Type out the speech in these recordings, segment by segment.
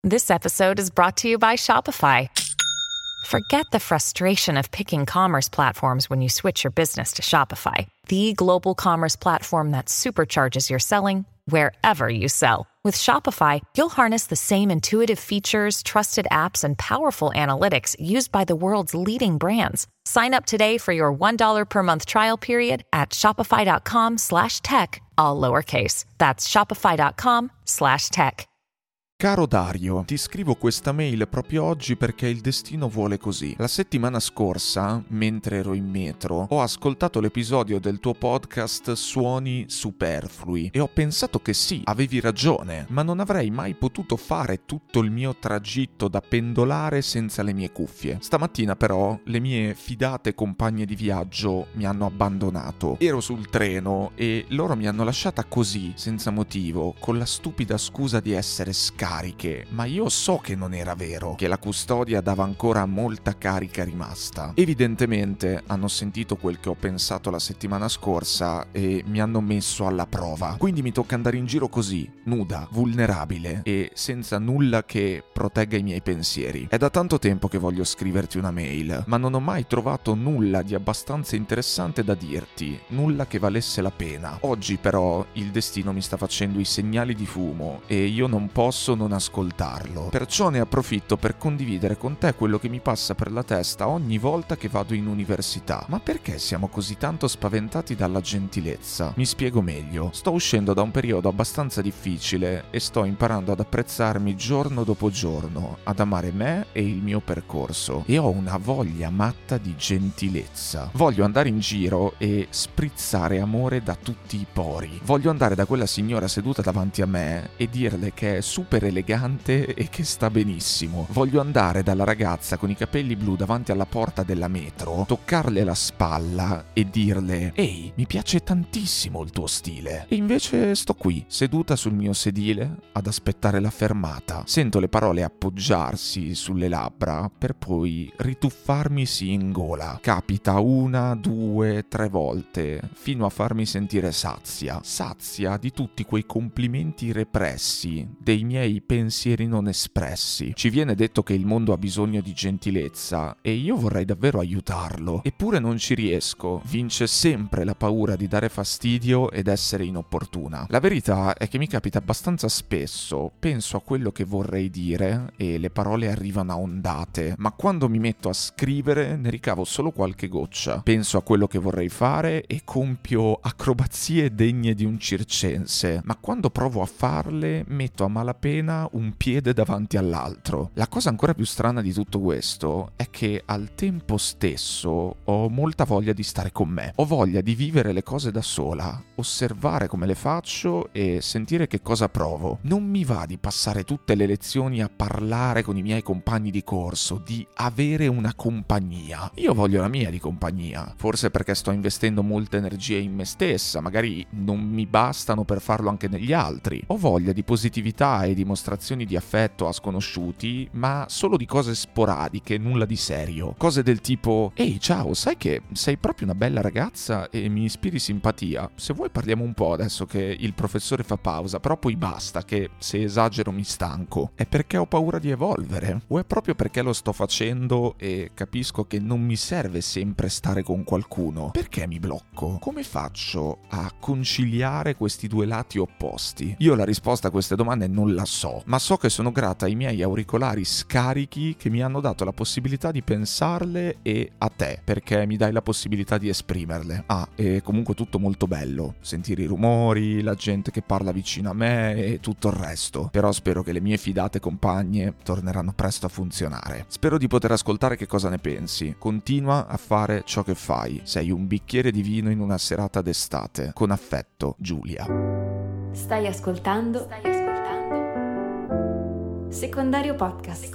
This episode is brought to you by Shopify. Forget the frustration of picking commerce platforms when you switch your business to Shopify, the global commerce platform that supercharges your selling wherever you sell. With Shopify, you'll harness the same intuitive features, trusted apps, and powerful analytics used by the world's leading brands. Sign up today for your $1 per month trial period at shopify.com/tech, all lowercase. That's shopify.com/tech. Caro Dario, ti scrivo questa mail proprio oggi perché il destino vuole così. La settimana scorsa, mentre ero in metro, ho ascoltato l'episodio del tuo podcast Suoni Superflui e ho pensato che sì, avevi ragione, ma non avrei mai potuto fare tutto il mio tragitto da pendolare senza le mie cuffie. Stamattina però le mie fidate compagne di viaggio mi hanno abbandonato. Ero sul treno e loro mi hanno lasciata così, senza motivo, con la stupida scusa di essere cariche, ma io so che non era vero, che la custodia dava ancora molta carica rimasta. Evidentemente hanno sentito quel che ho pensato la settimana scorsa e mi hanno messo alla prova. Quindi mi tocca andare in giro così, nuda, vulnerabile e senza nulla che protegga i miei pensieri. È da tanto tempo che voglio scriverti una mail, ma non ho mai trovato nulla di abbastanza interessante da dirti, nulla che valesse la pena. Oggi però il destino mi sta facendo i segnali di fumo e io non posso non ascoltarlo. Perciò ne approfitto per condividere con te quello che mi passa per la testa ogni volta che vado in università. Ma perché siamo così tanto spaventati dalla gentilezza? Mi spiego meglio. Sto uscendo da un periodo abbastanza difficile e sto imparando ad apprezzarmi giorno dopo giorno, ad amare me e il mio percorso. E ho una voglia matta di gentilezza. Voglio andare in giro e sprizzare amore da tutti i pori. Voglio andare da quella signora seduta davanti a me e dirle che è super elegante e che sta benissimo. Voglio andare dalla ragazza con i capelli blu davanti alla porta della metro, toccarle la spalla e dirle: ehi, mi piace tantissimo il tuo stile. E invece sto qui, seduta sul mio sedile, ad aspettare la fermata. Sento le parole appoggiarsi sulle labbra per poi rituffarmisi in gola. Capita 1, 2, 3 volte, fino a farmi sentire sazia di tutti quei complimenti repressi, dei miei pensieri non espressi. Ci viene detto che il mondo ha bisogno di gentilezza e io vorrei davvero aiutarlo, eppure non ci riesco. Vince sempre la paura di dare fastidio ed essere inopportuna. La verità è che mi capita abbastanza spesso, penso a quello che vorrei dire e le parole arrivano a ondate, ma quando mi metto a scrivere ne ricavo solo qualche goccia. Penso a quello che vorrei fare e compio acrobazie degne di un circense, ma quando provo a farle metto a malapena un piede davanti all'altro. La cosa ancora più strana di tutto questo è che al tempo stesso ho molta voglia di stare con me. Ho voglia di vivere le cose da sola, osservare come le faccio e sentire che cosa provo. Non mi va di passare tutte le lezioni a parlare con i miei compagni di corso, di avere una compagnia. Io voglio la mia di compagnia, forse perché sto investendo molte energie in me stessa, magari non mi bastano per farlo anche negli altri. Ho voglia di positività e dimostrazioni di affetto a sconosciuti, ma solo di cose sporadiche, nulla di serio. Cose del tipo: ehi, ciao, sai che sei proprio una bella ragazza e mi ispiri simpatia. Se vuoi parliamo un po' adesso che il professore fa pausa, però poi basta, che se esagero mi stanco. È perché ho paura di evolvere? O è proprio perché lo sto facendo e capisco che non mi serve sempre stare con qualcuno? Perché mi blocco? Come faccio a conciliare questi due lati opposti? Io la risposta a queste domande non la so, ma so che sono grata ai miei auricolari scarichi che mi hanno dato la possibilità di pensarle e a te, perché mi dai la possibilità di esprimerle. E comunque tutto molto bello, sentire i rumori, la gente che parla vicino a me e tutto il resto. Però spero che le mie fidate compagne torneranno presto a funzionare. Spero di poter ascoltare che cosa ne pensi. Continua a fare ciò che fai. Sei un bicchiere di vino in una serata d'estate. Con affetto, Giulia. Stai ascoltando Secondario Podcast.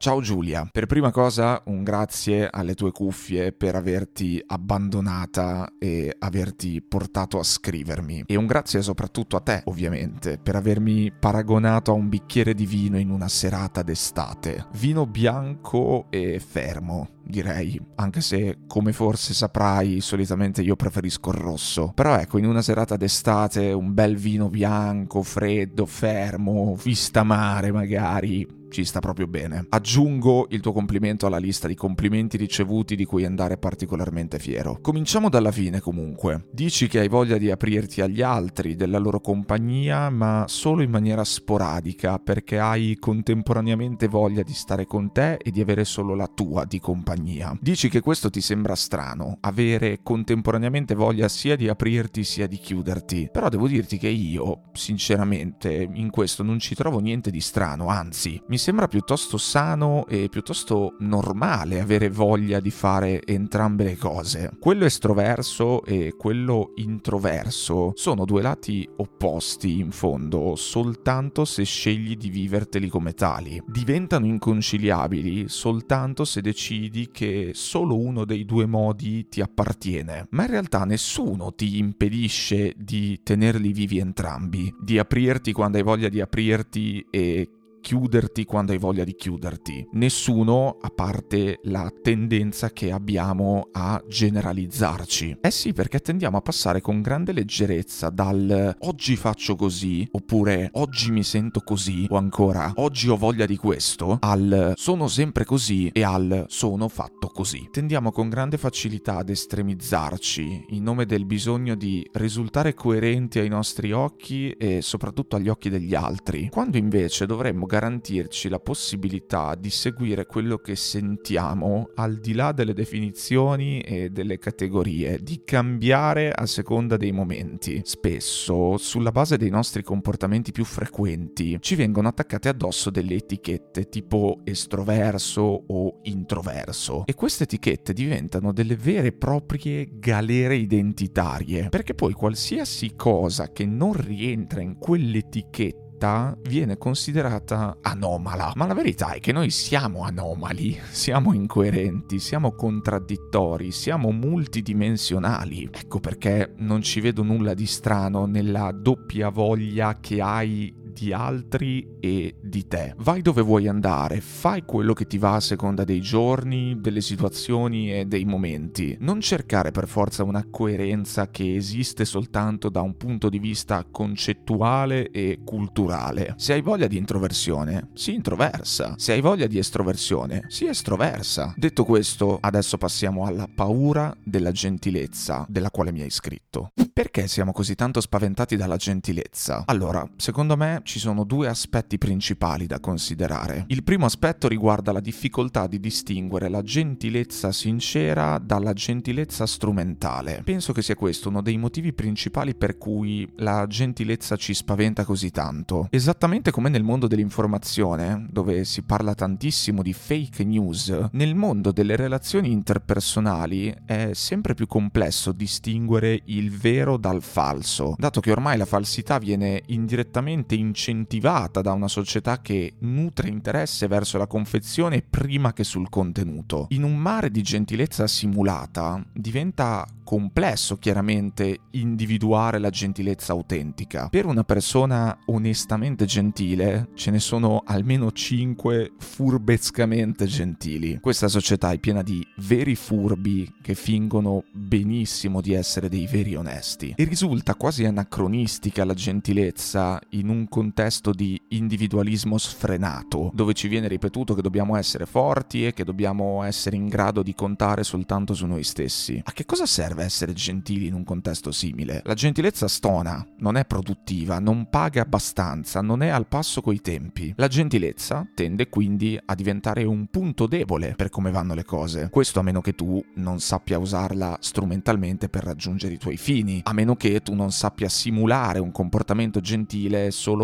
Ciao Giulia, per prima cosa un grazie alle tue cuffie per averti abbandonata e averti portato a scrivermi. E un grazie soprattutto a te, ovviamente, per avermi paragonato a un bicchiere di vino in una serata d'estate. Vino bianco e fermo, direi, anche se, come forse saprai, solitamente io preferisco il rosso. Però ecco, in una serata d'estate un bel vino bianco, freddo, fermo, vista mare magari, ci sta proprio bene. Aggiungo il tuo complimento alla lista di complimenti ricevuti di cui andare particolarmente fiero. Cominciamo dalla fine comunque. Dici che hai voglia di aprirti agli altri, della loro compagnia, ma solo in maniera sporadica, perché hai contemporaneamente voglia di stare con te e di avere solo la tua di compagnia. Dici che questo ti sembra strano, avere contemporaneamente voglia sia di aprirti sia di chiuderti. Però devo dirti che io, sinceramente, in questo non ci trovo niente di strano, anzi, mi sembra piuttosto sano e piuttosto normale avere voglia di fare entrambe le cose. Quello estroverso e quello introverso sono due lati opposti in fondo, soltanto se scegli di viverteli come tali. Diventano inconciliabili soltanto se decidi che solo uno dei due modi ti appartiene. Ma in realtà nessuno ti impedisce di tenerli vivi entrambi, di aprirti quando hai voglia di aprirti e chiuderti quando hai voglia di chiuderti. Nessuno, a parte la tendenza che abbiamo a generalizzarci. Eh sì, perché tendiamo a passare con grande leggerezza dal oggi faccio così, oppure oggi mi sento così, o ancora oggi ho voglia di questo, al sono sempre così e al sono fatto così. Tendiamo con grande facilità ad estremizzarci in nome del bisogno di risultare coerenti ai nostri occhi e soprattutto agli occhi degli altri, quando invece dovremmo garantirci la possibilità di seguire quello che sentiamo al di là delle definizioni e delle categorie, di cambiare a seconda dei momenti. Spesso, sulla base dei nostri comportamenti più frequenti, ci vengono attaccate addosso delle etichette tipo estroverso o introverso, e queste etichette diventano delle vere e proprie galere identitarie, perché poi qualsiasi cosa che non rientra in quell'etichetta viene considerata anomala. Ma la verità è che noi siamo anomali, siamo incoerenti, siamo contraddittori, siamo multidimensionali. Ecco perché non ci vedo nulla di strano nella doppia voglia che hai di altri e di te. Vai dove vuoi andare, fai quello che ti va a seconda dei giorni, delle situazioni e dei momenti. Non cercare per forza una coerenza che esiste soltanto da un punto di vista concettuale e culturale. Se hai voglia di introversione, si introversa. Se hai voglia di estroversione, si estroversa. Detto questo, adesso passiamo alla paura della gentilezza della quale mi hai scritto. Perché siamo così tanto spaventati dalla gentilezza? Allora, secondo me ci sono due aspetti principali da considerare. Il primo aspetto riguarda la difficoltà di distinguere la gentilezza sincera dalla gentilezza strumentale. Penso che sia questo uno dei motivi principali per cui la gentilezza ci spaventa così tanto. Esattamente come nel mondo dell'informazione, dove si parla tantissimo di fake news, nel mondo delle relazioni interpersonali è sempre più complesso distinguere il vero dal falso, dato che ormai la falsità viene indirettamente incentivata da una società che nutre interesse verso la confezione prima che sul contenuto. In un mare di gentilezza simulata diventa complesso chiaramente individuare la gentilezza autentica. Per una persona onestamente gentile ce ne sono almeno 5 furbescamente gentili. Questa società è piena di veri furbi che fingono benissimo di essere dei veri onesti, e risulta quasi anacronistica la gentilezza in un contesto di individualismo sfrenato, dove ci viene ripetuto che dobbiamo essere forti e che dobbiamo essere in grado di contare soltanto su noi stessi. A che cosa serve essere gentili in un contesto simile? La gentilezza stona, non è produttiva, non paga abbastanza, non è al passo coi tempi. La gentilezza tende quindi a diventare un punto debole per come vanno le cose. Questo a meno che tu non sappia usarla strumentalmente per raggiungere i tuoi fini, a meno che tu non sappia simulare un comportamento gentile solo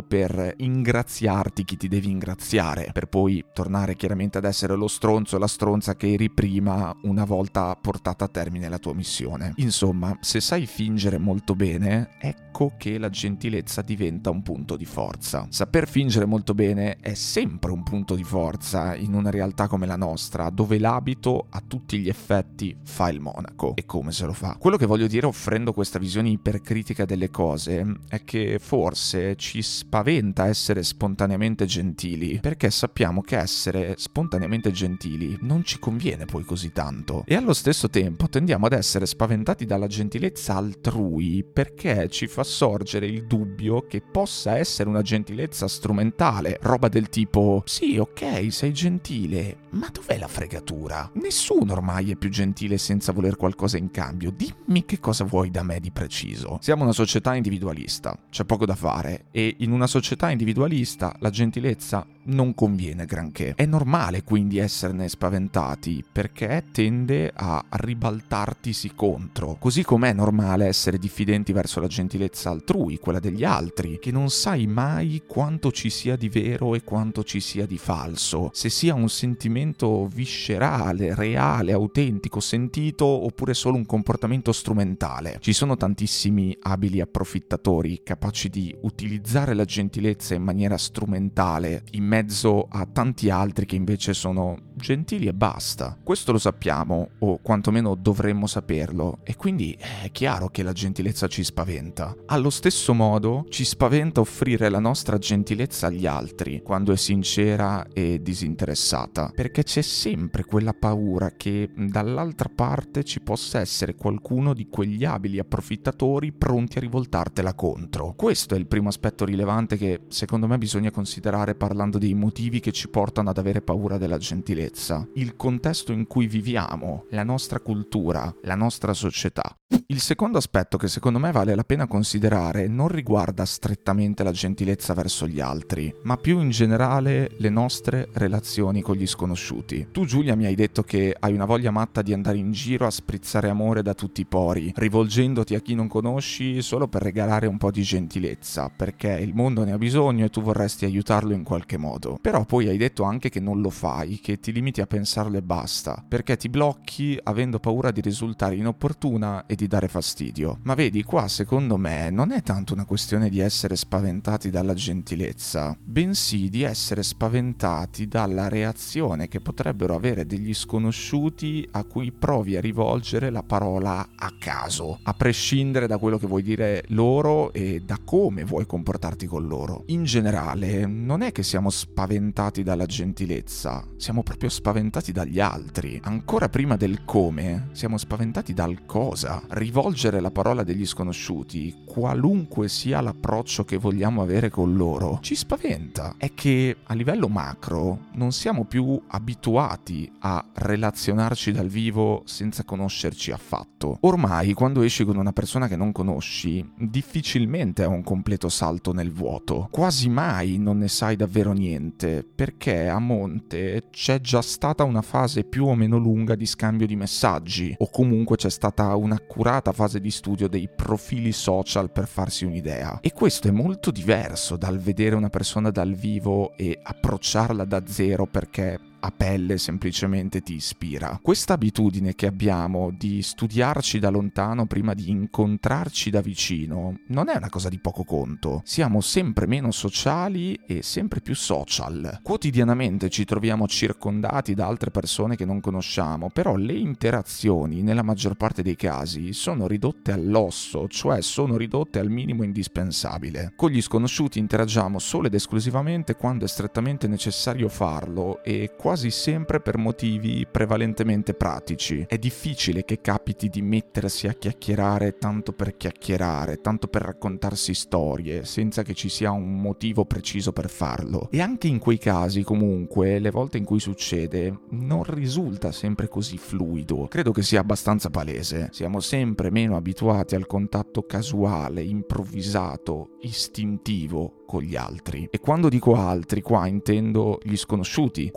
per ingraziarti chi ti devi ingraziare, per poi tornare chiaramente ad essere lo stronzo o la stronza che eri prima una volta portata a termine la tua missione. Insomma, se sai fingere molto bene, ecco che la gentilezza diventa un punto di forza. Saper fingere molto bene è sempre un punto di forza in una realtà come la nostra, dove l'abito a tutti gli effetti fa il monaco. E come se lo fa? Quello che voglio dire offrendo questa visione ipercritica delle cose è che forse ci spaventa essere spontaneamente gentili, perché sappiamo che essere spontaneamente gentili non ci conviene poi così tanto. E allo stesso tempo tendiamo ad essere spaventati dalla gentilezza altrui perché ci fa sorgere il dubbio che possa essere una gentilezza strumentale, roba del tipo: sì, ok, sei gentile, ma dov'è la fregatura? Nessuno ormai è più gentile senza voler qualcosa in cambio, dimmi che cosa vuoi da me di preciso. Siamo una società individualista, c'è poco da fare, e in una società individualista la gentilezza non conviene granché. È normale quindi esserne spaventati, perché tende a ribaltartisi contro, così come è normale essere diffidenti verso la gentilezza altrui, quella degli altri, che non sai mai quanto ci sia di vero e quanto ci sia di falso, se sia un sentimento viscerale, reale, autentico, sentito, oppure solo un comportamento strumentale. Ci sono tantissimi abili approfittatori capaci di utilizzare la gentilezza in maniera strumentale in mezzo a tanti altri che invece sono gentili e basta. Questo lo sappiamo, o quantomeno dovremmo saperlo, e quindi è chiaro che la gentilezza ci spaventa. Allo stesso modo ci spaventa offrire la nostra gentilezza agli altri quando è sincera e disinteressata, perché c'è sempre quella paura che dall'altra parte ci possa essere qualcuno di quegli abili approfittatori pronti a rivoltartela contro. Questo è il primo aspetto rilevante che secondo me bisogna considerare parlando dei motivi che ci portano ad avere paura della gentilezza. Il contesto in cui viviamo, la nostra cultura, la nostra società. Il secondo aspetto che secondo me vale la pena considerare non riguarda strettamente la gentilezza verso gli altri, ma più in generale le nostre relazioni con gli sconosciuti. Tu, Giulia, mi hai detto che hai una voglia matta di andare in giro a sprizzare amore da tutti i pori, rivolgendoti a chi non conosci solo per regalare un po' di gentilezza, perché il mondo ne ha bisogno e tu vorresti aiutarlo in qualche modo. Però poi hai detto anche che non lo fai, che ti limiti a pensarlo e basta, perché ti blocchi avendo paura di risultare inopportuna e di dare fastidio. Ma vedi, qua secondo me non è tanto una questione di essere spaventati dalla gentilezza, bensì di essere spaventati dalla reazione che potrebbero avere degli sconosciuti a cui provi a rivolgere la parola a caso, a prescindere da quello che vuoi dire loro e da come vuoi comportarti con loro. In generale, non è che siamo spaventati dalla gentilezza, siamo proprio spaventati dagli altri. Ancora prima del come, siamo spaventati dal cosa. Rivolgere la parola degli sconosciuti, qualunque sia l'approccio che vogliamo avere con loro, ci spaventa. È che a livello macro non siamo più abituati a relazionarci dal vivo senza conoscerci affatto. Ormai quando esci con una persona che non conosci, difficilmente è un completo salto nel vuoto. Quasi mai non ne sai davvero niente, perché a monte c'è già stata una fase più o meno lunga di scambio di messaggi, o comunque c'è stata un'accurata fase di studio dei profili social per farsi un'idea. E questo è molto diverso dal vedere una persona dal vivo e approcciarla da zero perché a pelle semplicemente ti ispira. Questa abitudine che abbiamo di studiarci da lontano prima di incontrarci da vicino non è una cosa di poco conto. Siamo sempre meno sociali e sempre più social. Quotidianamente ci troviamo circondati da altre persone che non conosciamo, però le interazioni nella maggior parte dei casi sono ridotte all'osso, cioè sono ridotte al minimo indispensabile. Con gli sconosciuti interagiamo solo ed esclusivamente quando è strettamente necessario farlo e quasi sempre per motivi prevalentemente pratici. È difficile che capiti di mettersi a chiacchierare tanto per chiacchierare, tanto per raccontarsi storie, senza che ci sia un motivo preciso per farlo. E anche in quei casi, comunque, le volte in cui succede, non risulta sempre così fluido. Credo che sia abbastanza palese. Siamo sempre meno abituati al contatto casuale, improvvisato, istintivo con gli altri. E quando dico altri, qua intendo gli sconosciuti, quelli e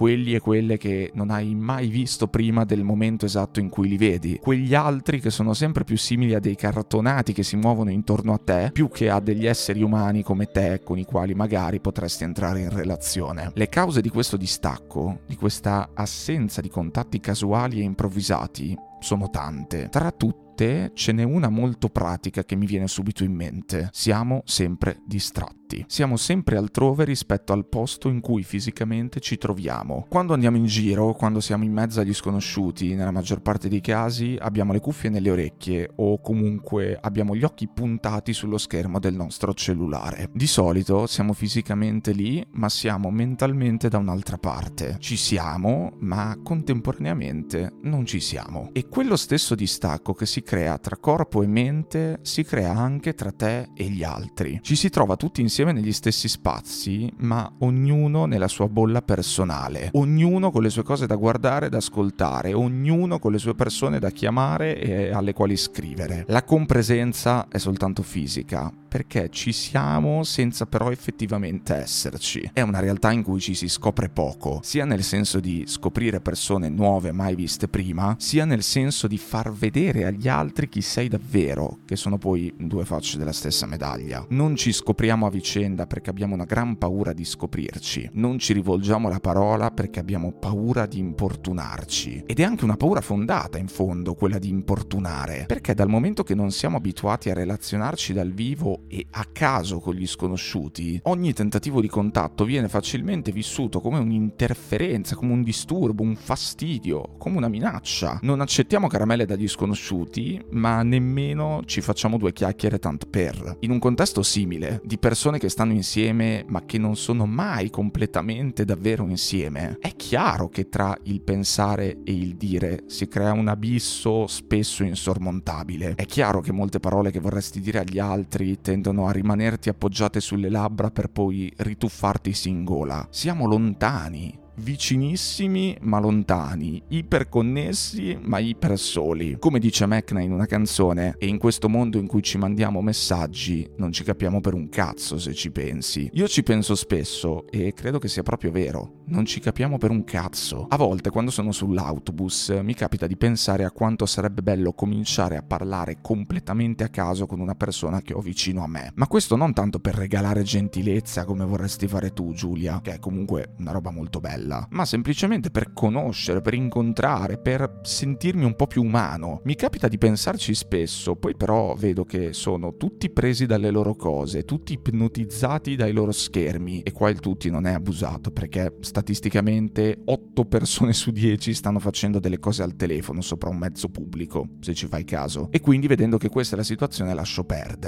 quelle che non hai mai visto prima del momento esatto in cui li vedi, quegli altri che sono sempre più simili a dei cartonati che si muovono intorno a te, più che a degli esseri umani come te con i quali magari potresti entrare in relazione. Le cause di questo distacco, di questa assenza di contatti casuali e improvvisati, sono tante. Tra tutte ce n'è una molto pratica che mi viene subito in mente. Siamo sempre distratti. Siamo sempre altrove rispetto al posto in cui fisicamente ci troviamo. Quando andiamo in giro, quando siamo in mezzo agli sconosciuti, nella maggior parte dei casi abbiamo le cuffie nelle orecchie o comunque abbiamo gli occhi puntati sullo schermo del nostro cellulare. Di solito siamo fisicamente lì, ma siamo mentalmente da un'altra parte. Ci siamo, ma contemporaneamente non ci siamo. E quello stesso distacco che si crea tra corpo e mente si crea anche tra te e gli altri. Ci si trova tutti insieme negli stessi spazi, ma ognuno nella sua bolla personale, ognuno con le sue cose da guardare e da ascoltare, ognuno con le sue persone da chiamare e alle quali scrivere. La compresenza è soltanto fisica, perché ci siamo senza però effettivamente esserci. È una realtà in cui ci si scopre poco, sia nel senso di scoprire persone nuove mai viste prima, sia nel senso di far vedere agli altri chi sei davvero, che sono poi due facce della stessa medaglia. Non ci scopriamo a vicenda perché abbiamo una gran paura di scoprirci, non ci rivolgiamo la parola perché abbiamo paura di importunarci. Ed è anche una paura fondata in fondo, quella di importunare, perché dal momento che non siamo abituati a relazionarci dal vivo e a caso con gli sconosciuti, ogni tentativo di contatto viene facilmente vissuto come un'interferenza, come un disturbo, un fastidio, come una minaccia. Non accettiamo caramelle dagli sconosciuti, ma nemmeno ci facciamo due chiacchiere tanto per. In un contesto simile, di persone che stanno insieme ma che non sono mai completamente davvero insieme, è chiaro che tra il pensare e il dire si crea un abisso spesso insormontabile. È chiaro che molte parole che vorresti dire agli altri tendono a rimanerti appoggiate sulle labbra per poi rituffartisi in gola. Siamo lontani, vicinissimi ma lontani, iperconnessi ma ipersoli. Come dice Mecna in una canzone, e in questo mondo in cui ci mandiamo messaggi non ci capiamo per un cazzo se ci pensi. Io ci penso spesso e credo che sia proprio vero, non ci capiamo per un cazzo. A volte quando sono sull'autobus mi capita di pensare a quanto sarebbe bello cominciare a parlare completamente a caso con una persona che ho vicino a me. Ma questo non tanto per regalare gentilezza come vorresti fare tu, Giulia, che è comunque una roba molto bella, ma semplicemente per conoscere, per incontrare, per sentirmi un po' più umano. Mi capita di pensarci spesso, poi però vedo che sono tutti presi dalle loro cose, tutti ipnotizzati dai loro schermi, e qua il tutti non è abusato, perché statisticamente 8 persone su 10 stanno facendo delle cose al telefono sopra un mezzo pubblico, se ci fai caso. E quindi, vedendo che questa è la situazione, lascio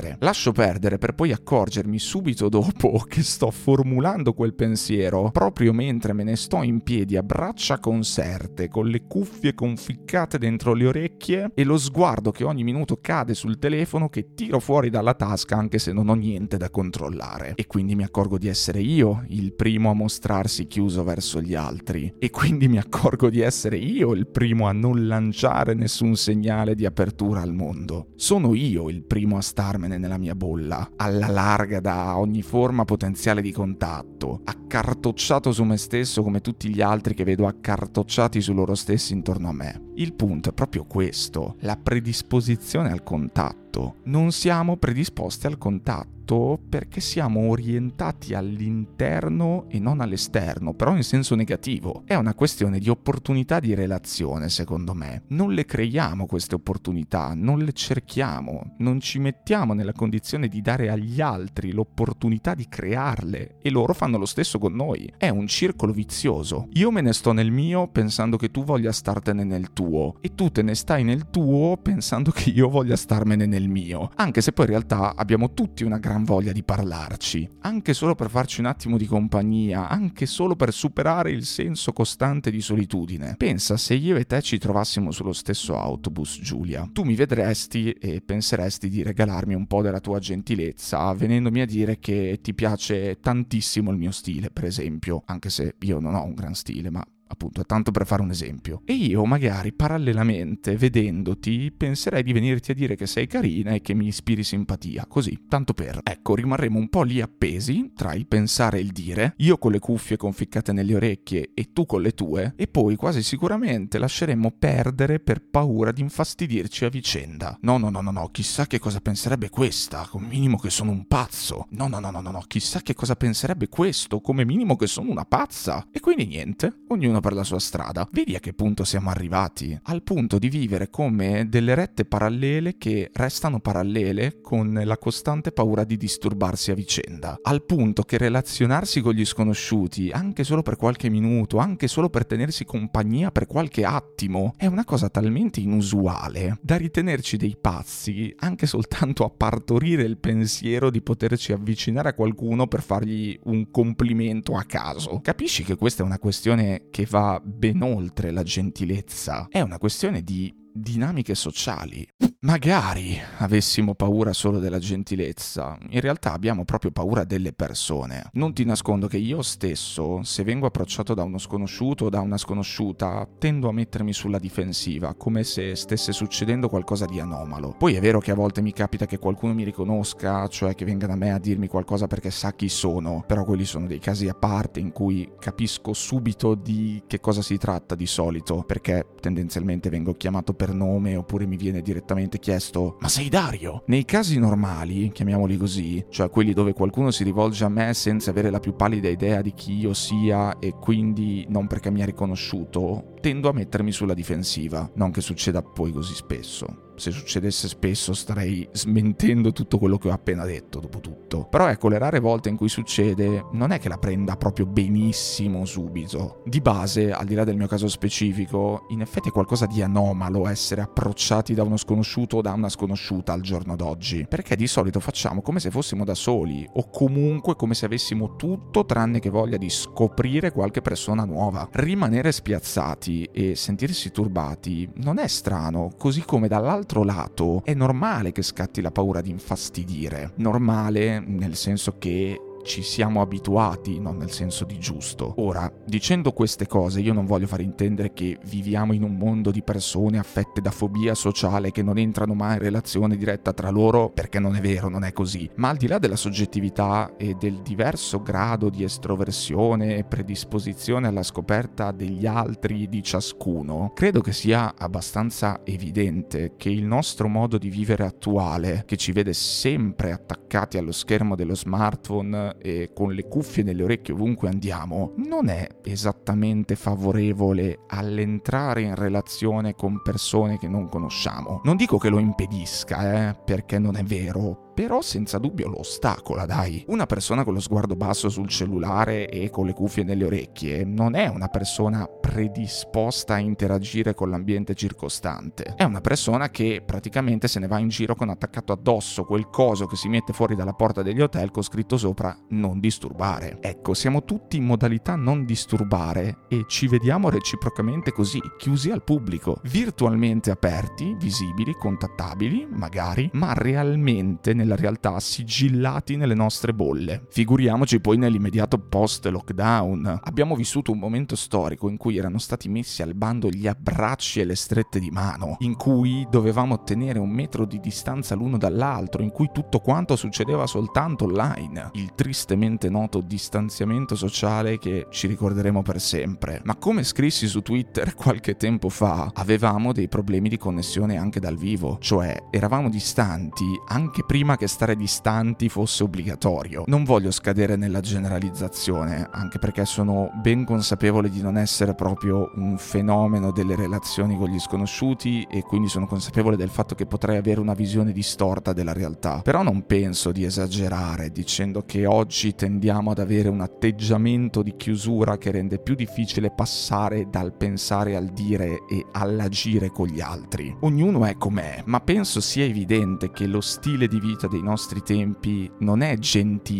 perdere per poi accorgermi subito dopo che sto formulando quel pensiero, proprio mentre me ne sto in piedi a braccia conserte, con le cuffie conficcate dentro le orecchie e lo sguardo che ogni minuto cade sul telefono che tiro fuori dalla tasca anche se non ho niente da controllare. E quindi mi accorgo di essere io il primo a mostrarsi chiuso verso gli altri. E quindi mi accorgo di essere io il primo a non lanciare nessun segnale di apertura al mondo. Sono io il primo a starmene nella mia bolla, alla larga da ogni forma potenziale di contatto, accartocciato su me stesso come tutti gli altri che vedo accartocciati su loro stessi intorno a me. Il punto è proprio questo, la predisposizione al contatto. Non siamo predisposti al contatto perché siamo orientati all'interno e non all'esterno, però in senso negativo. È una questione di opportunità di relazione, secondo me. Non le creiamo queste opportunità, non le cerchiamo, non ci mettiamo nella condizione di dare agli altri l'opportunità di crearle, e loro fanno lo stesso con noi. È un circolo vizioso. Io me ne sto nel mio pensando che tu voglia startene nel tuo, e tu te ne stai nel tuo pensando che io voglia starmene nel mio, anche se poi in realtà abbiamo tutti una gran voglia di parlarci, anche solo per farci un attimo di compagnia, anche solo per superare il senso costante di solitudine. Pensa se io e te ci trovassimo sullo stesso autobus, Giulia. Tu mi vedresti e penseresti di regalarmi un po' della tua gentilezza, venendomi a dire che ti piace tantissimo il mio stile, per esempio, anche se io non ho un gran stile, ma appunto, è tanto per fare un esempio. E io magari parallelamente, vedendoti, penserei di venirti a dire che sei carina e che mi ispiri simpatia, così, tanto per. Ecco, rimarremo un po' lì appesi, tra il pensare e il dire, io con le cuffie conficcate nelle orecchie e tu con le tue, e poi quasi sicuramente lasceremmo perdere per paura di infastidirci a vicenda. No, chissà che cosa penserebbe questa, come minimo che sono un pazzo. No, chissà che cosa penserebbe questo, come minimo che sono una pazza. E quindi niente, ognuno per la sua strada. Vedi a che punto siamo arrivati? Al punto di vivere come delle rette parallele che restano parallele con la costante paura di disturbarsi a vicenda. Al punto che relazionarsi con gli sconosciuti, anche solo per qualche minuto, anche solo per tenersi compagnia per qualche attimo, è una cosa talmente inusuale da ritenerci dei pazzi anche soltanto a partorire il pensiero di poterci avvicinare a qualcuno per fargli un complimento a caso. Capisci che questa è una questione che va ben oltre la gentilezza, è una questione di dinamiche sociali. Magari avessimo paura solo della gentilezza, in realtà abbiamo proprio paura delle persone. Non ti nascondo che io stesso, se vengo approcciato da uno sconosciuto o da una sconosciuta, tendo a mettermi sulla difensiva, come se stesse succedendo qualcosa di anomalo. Poi è vero che a volte mi capita che qualcuno mi riconosca, cioè che venga da me a dirmi qualcosa perché sa chi sono, però quelli sono dei casi a parte in cui capisco subito di che cosa si tratta di solito, perché tendenzialmente vengo chiamato per nome oppure mi viene direttamente chiesto "ma sei Dario?". Nei casi normali, chiamiamoli così, cioè quelli dove qualcuno si rivolge a me senza avere la più pallida idea di chi io sia e quindi non perché mi ha riconosciuto, tendo a mettermi sulla difensiva. Non che succeda poi così spesso. Se succedesse spesso starei smentendo tutto quello che ho appena detto, dopo tutto. Però ecco, le rare volte in cui succede, non è che la prenda proprio benissimo subito. Di base, al di là del mio caso specifico, in effetti è qualcosa di anomalo essere approcciati da uno sconosciuto o da una sconosciuta al giorno d'oggi. Perché di solito facciamo come se fossimo da soli, o comunque come se avessimo tutto tranne che voglia di scoprire qualche persona nuova. Rimanere spiazzati e sentirsi turbati non è strano, così come dall'altro lato è normale che scatti la paura di infastidire. Normale nel senso che ci siamo abituati, non nel senso di giusto. Ora, dicendo queste cose, io non voglio far intendere che viviamo in un mondo di persone affette da fobia sociale che non entrano mai in relazione diretta tra loro, perché non è vero, non è così. Ma al di là della soggettività e del diverso grado di estroversione e predisposizione alla scoperta degli altri di ciascuno, credo che sia abbastanza evidente che il nostro modo di vivere attuale, che ci vede sempre attaccati allo schermo dello smartphone e con le cuffie nelle orecchie ovunque andiamo, non è esattamente favorevole all'entrare in relazione con persone che non conosciamo. Non dico che lo impedisca, perché non è vero, però senza dubbio lo ostacola, dai. Una persona con lo sguardo basso sul cellulare e con le cuffie nelle orecchie non è una persona predisposta a interagire con l'ambiente circostante. È una persona che praticamente se ne va in giro con attaccato addosso quel coso che si mette fuori dalla porta degli hotel con scritto sopra "non disturbare". Ecco, siamo tutti in modalità non disturbare e ci vediamo reciprocamente così, chiusi al pubblico, virtualmente aperti, visibili, contattabili, magari, ma realmente nella realtà sigillati nelle nostre bolle. Figuriamoci poi nell'immediato post-lockdown. Abbiamo vissuto un momento storico in cui erano stati messi al bando gli abbracci e le strette di mano, in cui dovevamo tenere 1 metro di distanza l'uno dall'altro, in cui tutto quanto succedeva soltanto online. Il tristemente noto distanziamento sociale che ci ricorderemo per sempre. Ma come scrissi su Twitter qualche tempo fa, avevamo dei problemi di connessione anche dal vivo, cioè eravamo distanti anche prima che stare distanti fosse obbligatorio. Non voglio scadere nella generalizzazione, anche perché sono ben consapevole di non essere proprio un fenomeno delle relazioni con gli sconosciuti e quindi sono consapevole del fatto che potrei avere una visione distorta della realtà. Però non penso di esagerare dicendo che oggi tendiamo ad avere un atteggiamento di chiusura che rende più difficile passare dal pensare al dire e all'agire con gli altri. Ognuno è com'è, ma penso sia evidente che lo stile di vita dei nostri tempi non è gentile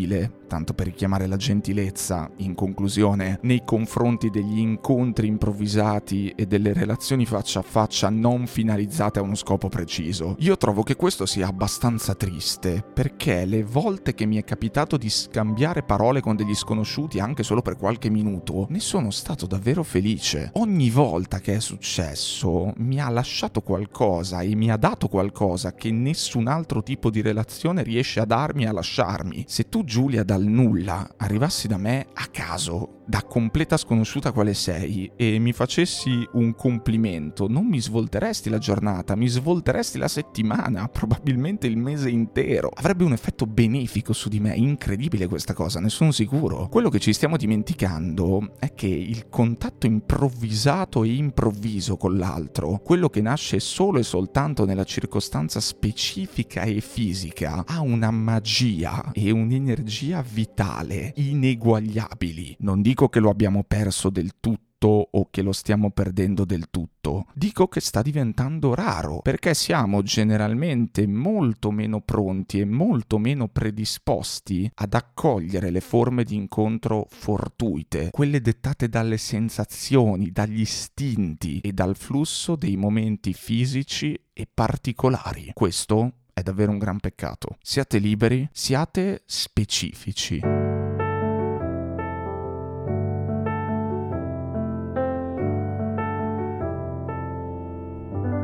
tanto per richiamare la gentilezza, in conclusione, nei confronti degli incontri improvvisati e delle relazioni faccia a faccia non finalizzate a uno scopo preciso. Io trovo che questo sia abbastanza triste, perché le volte che mi è capitato di scambiare parole con degli sconosciuti anche solo per qualche minuto, ne sono stato davvero felice. Ogni volta che è successo mi ha lasciato qualcosa e mi ha dato qualcosa che nessun altro tipo di relazione riesce a darmi e a lasciarmi. Se tu, Giulia, dal nulla arrivassi da me a caso, da completa sconosciuta quale sei, e mi facessi un complimento, non mi svolteresti la giornata, mi svolteresti la settimana, probabilmente il mese intero. Avrebbe un effetto benefico su di me, incredibile questa cosa, ne sono sicuro. Quello che ci stiamo dimenticando è che il contatto improvvisato e improvviso con l'altro, quello che nasce solo e soltanto nella circostanza specifica e fisica, ha una magia e un'energia vitale ineguagliabili. Non dico che lo abbiamo perso del tutto o che lo stiamo perdendo del tutto. Dico che sta diventando raro, perché siamo generalmente molto meno pronti e molto meno predisposti ad accogliere le forme di incontro fortuite, quelle dettate dalle sensazioni, dagli istinti e dal flusso dei momenti fisici e particolari. Questo è davvero un gran peccato. Siate liberi, siate specifici.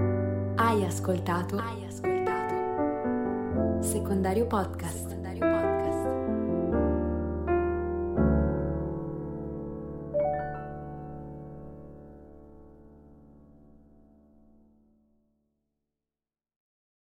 Hai ascoltato Secondario Podcast.